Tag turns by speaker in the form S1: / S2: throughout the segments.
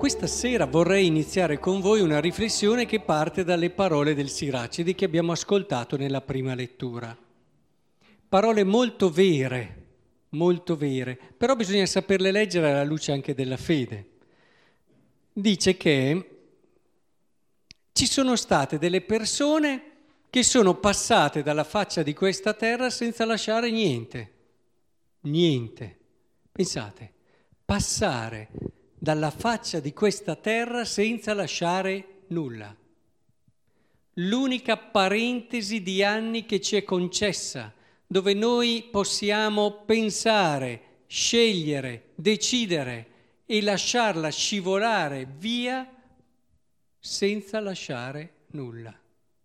S1: Questa sera vorrei iniziare con voi una riflessione che parte dalle parole del Siracide che abbiamo ascoltato nella prima lettura. Parole molto vere, però bisogna saperle leggere alla luce anche della fede. Dice che ci sono state delle persone che sono passate dalla faccia di questa terra senza lasciare niente. Niente. Pensate, passare dalla faccia di questa terra senza lasciare nulla. L'unica parentesi di anni che ci è concessa, dove noi possiamo pensare, scegliere, decidere e lasciarla scivolare via senza lasciare nulla.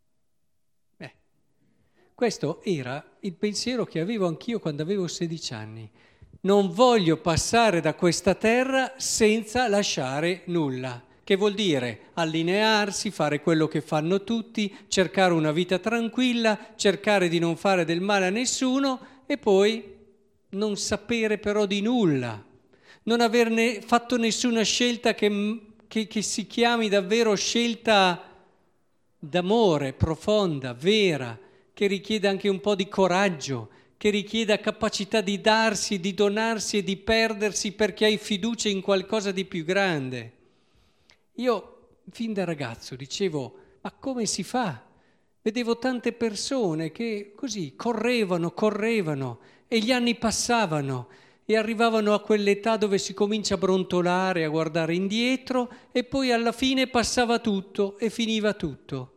S1: Questo era il pensiero che avevo anch'io quando avevo 16 anni. Non voglio passare da questa terra senza lasciare nulla, che vuol dire allinearsi, fare quello che fanno tutti, cercare una vita tranquilla, cercare di non fare del male a nessuno e poi non sapere però di nulla, non averne fatto nessuna scelta che si chiami davvero scelta d'amore, profonda, vera, che richiede anche un po' di coraggio, che richieda capacità di darsi, di donarsi e di perdersi perché hai fiducia in qualcosa di più grande. Io, fin da ragazzo, dicevo, ma come si fa? Vedevo tante persone che così correvano e gli anni passavano e arrivavano a quell'età dove si comincia a brontolare, a guardare indietro e poi alla fine passava tutto e finiva tutto.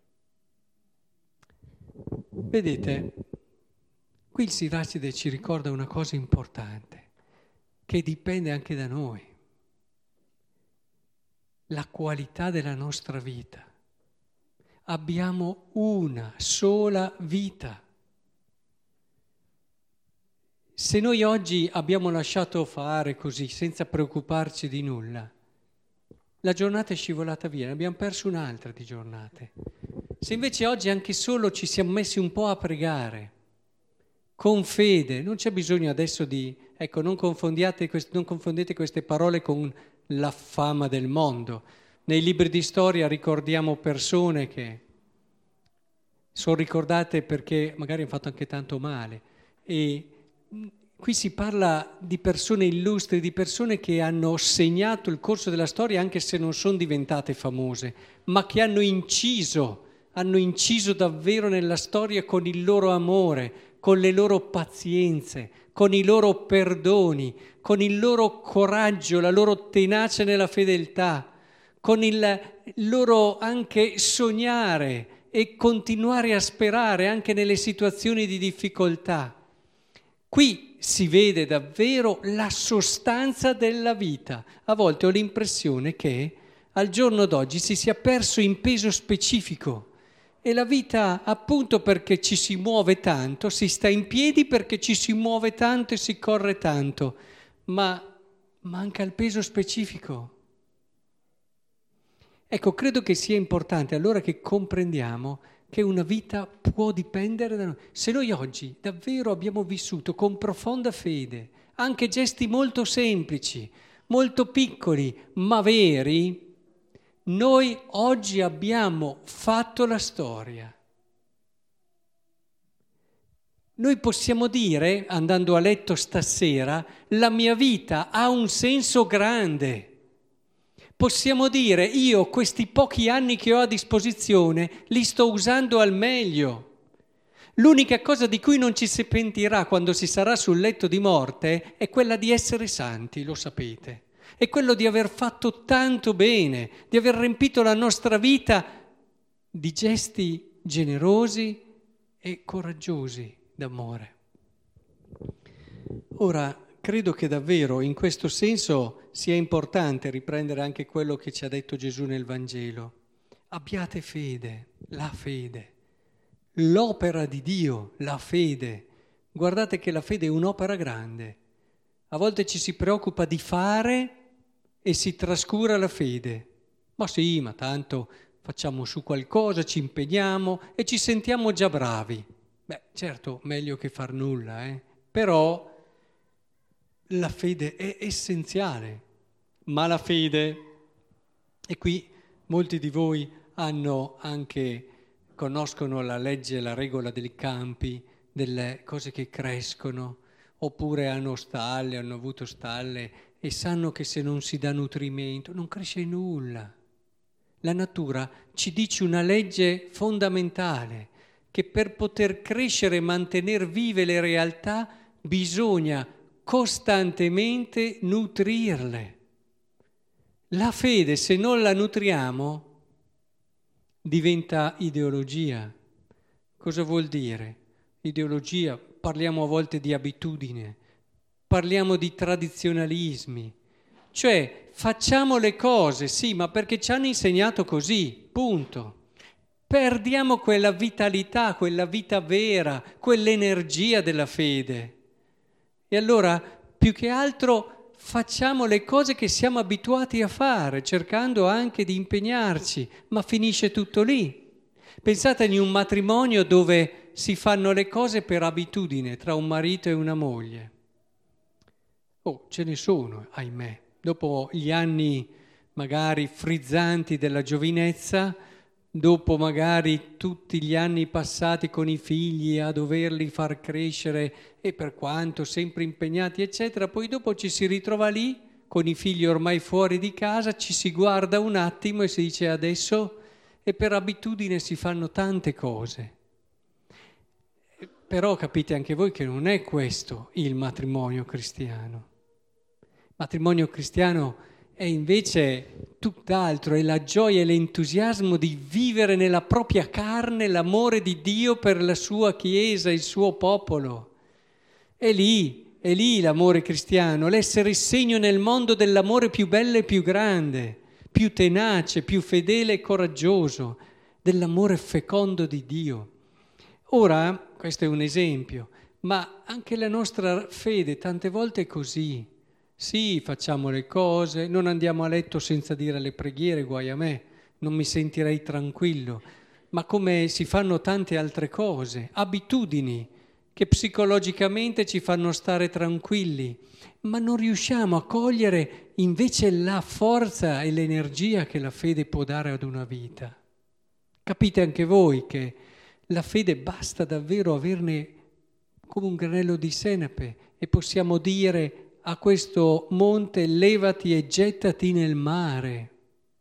S1: Vedete, qui il Siracide ci ricorda una cosa importante, che dipende anche da noi. La qualità della nostra vita. Abbiamo una sola vita. Se noi oggi abbiamo lasciato fare così, senza preoccuparci di nulla, la giornata è scivolata via, ne abbiamo perso un'altra di giornate. Se invece oggi anche solo ci siamo messi un po' a pregare, con fede, non c'è bisogno adesso di... Ecco, non confondete queste parole con la fama del mondo. Nei libri di storia ricordiamo persone che sono ricordate perché magari hanno fatto anche tanto male. E qui si parla di persone illustri, di persone che hanno segnato il corso della storia anche se non sono diventate famose, ma che hanno inciso davvero nella storia con il loro amore, con le loro pazienze, con i loro perdoni, con il loro coraggio, la loro tenacia nella fedeltà, con il loro anche sognare e continuare a sperare anche nelle situazioni di difficoltà. Qui si vede davvero la sostanza della vita. A volte ho l'impressione che al giorno d'oggi si sia perso in peso specifico. E la vita, appunto perché ci si muove tanto, si sta in piedi perché ci si muove tanto e si corre tanto, ma manca il peso specifico. Ecco, credo che sia importante allora che comprendiamo che una vita può dipendere da noi. Se noi oggi davvero abbiamo vissuto con profonda fede, anche gesti molto semplici, molto piccoli, ma veri, noi oggi abbiamo fatto la storia. Noi possiamo dire, andando a letto stasera, la mia vita ha un senso grande. Possiamo dire, io questi pochi anni che ho a disposizione li sto usando al meglio. L'unica cosa di cui non ci si pentirà quando si sarà sul letto di morte è quella di essere santi, lo sapete. È quello di aver fatto tanto bene, di aver riempito la nostra vita di gesti generosi e coraggiosi d'amore. Ora, credo che davvero in questo senso sia importante riprendere anche quello che ci ha detto Gesù nel Vangelo. Abbiate fede, la fede, l'opera di Dio, la fede. Guardate che la fede è un'opera grande. A volte ci si preoccupa di fare e si trascura la fede. Ma sì, ma tanto facciamo su qualcosa, ci impegniamo e ci sentiamo già bravi. Beh, certo, meglio che far nulla, però la fede è essenziale. Ma la fede E qui molti di voi conoscono la legge, la regola dei campi, delle cose che crescono, oppure hanno avuto stalle e sanno che se non si dà nutrimento non cresce nulla. La natura ci dice una legge fondamentale, che per poter crescere e mantenere vive le realtà bisogna costantemente nutrirle. La fede, se non la nutriamo, diventa ideologia. Cosa vuol dire? Ideologia, parliamo a volte di abitudine, parliamo di tradizionalismi, cioè facciamo le cose, sì, ma perché ci hanno insegnato così, punto. Perdiamo quella vitalità, quella vita vera, quell'energia della fede. E allora, più che altro, facciamo le cose che siamo abituati a fare, cercando anche di impegnarci, ma finisce tutto lì. Pensate in un matrimonio dove si fanno le cose per abitudine tra un marito e una moglie. Oh, ce ne sono, ahimè. Dopo gli anni magari frizzanti della giovinezza, dopo magari tutti gli anni passati con i figli a doverli far crescere e per quanto sempre impegnati eccetera, poi dopo ci si ritrova lì con i figli ormai fuori di casa, ci si guarda un attimo e si dice adesso, e per abitudine si fanno tante cose. Però capite anche voi che non è questo il matrimonio cristiano. Il matrimonio cristiano è invece tutt'altro, è la gioia e l'entusiasmo di vivere nella propria carne l'amore di Dio per la sua Chiesa, il suo popolo. È lì l'amore cristiano, l'essere segno nel mondo dell'amore più bello e più grande, più tenace, più fedele e coraggioso, dell'amore fecondo di Dio. Ora, questo è un esempio, ma anche la nostra fede tante volte è così. Sì, facciamo le cose, non andiamo a letto senza dire le preghiere, guai a me, non mi sentirei tranquillo, ma come si fanno tante altre cose, abitudini che psicologicamente ci fanno stare tranquilli, ma non riusciamo a cogliere invece la forza e l'energia che la fede può dare ad una vita. Capite anche voi che la fede basta davvero averne come un granello di senape e possiamo dire a questo monte levati e gettati nel mare.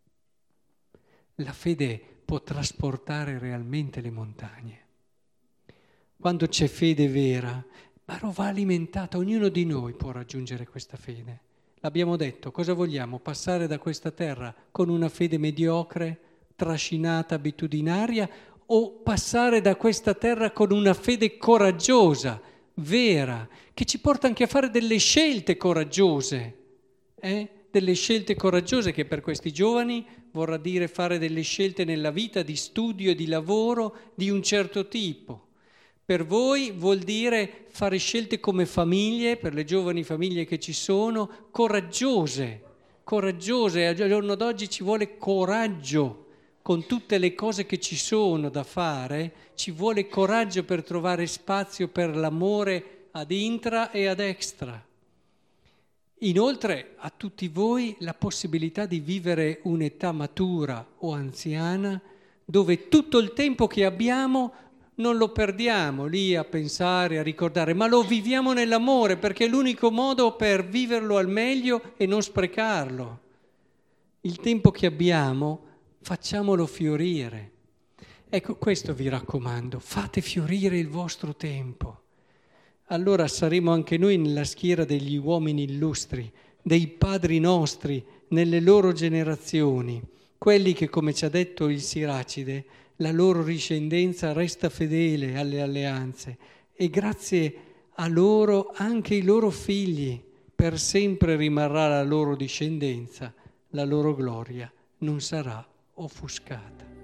S1: La fede può trasportare realmente le montagne. Quando c'è fede vera, ma va alimentata, ognuno di noi può raggiungere questa fede. L'abbiamo detto, cosa vogliamo? Passare da questa terra con una fede mediocre, trascinata, abitudinaria, o passare da questa terra con una fede coraggiosa, vera, che ci porta anche a fare delle scelte coraggiose, delle scelte coraggiose che per questi giovani vorrà dire fare delle scelte nella vita di studio e di lavoro di un certo tipo. Per voi vuol dire fare scelte come famiglie, per le giovani famiglie che ci sono, coraggiose. Al giorno d'oggi ci vuole coraggio. Con tutte le cose che ci sono da fare, ci vuole coraggio per trovare spazio per l'amore ad intra e ad extra. Inoltre a tutti voi la possibilità di vivere un'età matura o anziana dove tutto il tempo che abbiamo non lo perdiamo lì a pensare, a ricordare, ma lo viviamo nell'amore perché è l'unico modo per viverlo al meglio e non sprecarlo. Il tempo che abbiamo facciamolo fiorire. Ecco, questo vi raccomando, fate fiorire il vostro tempo. Allora saremo anche noi nella schiera degli uomini illustri, dei padri nostri nelle loro generazioni, quelli che, come ci ha detto il Siracide, la loro discendenza resta fedele alle alleanze e grazie a loro anche i loro figli, per sempre rimarrà la loro discendenza, la loro gloria non sarà offuscata.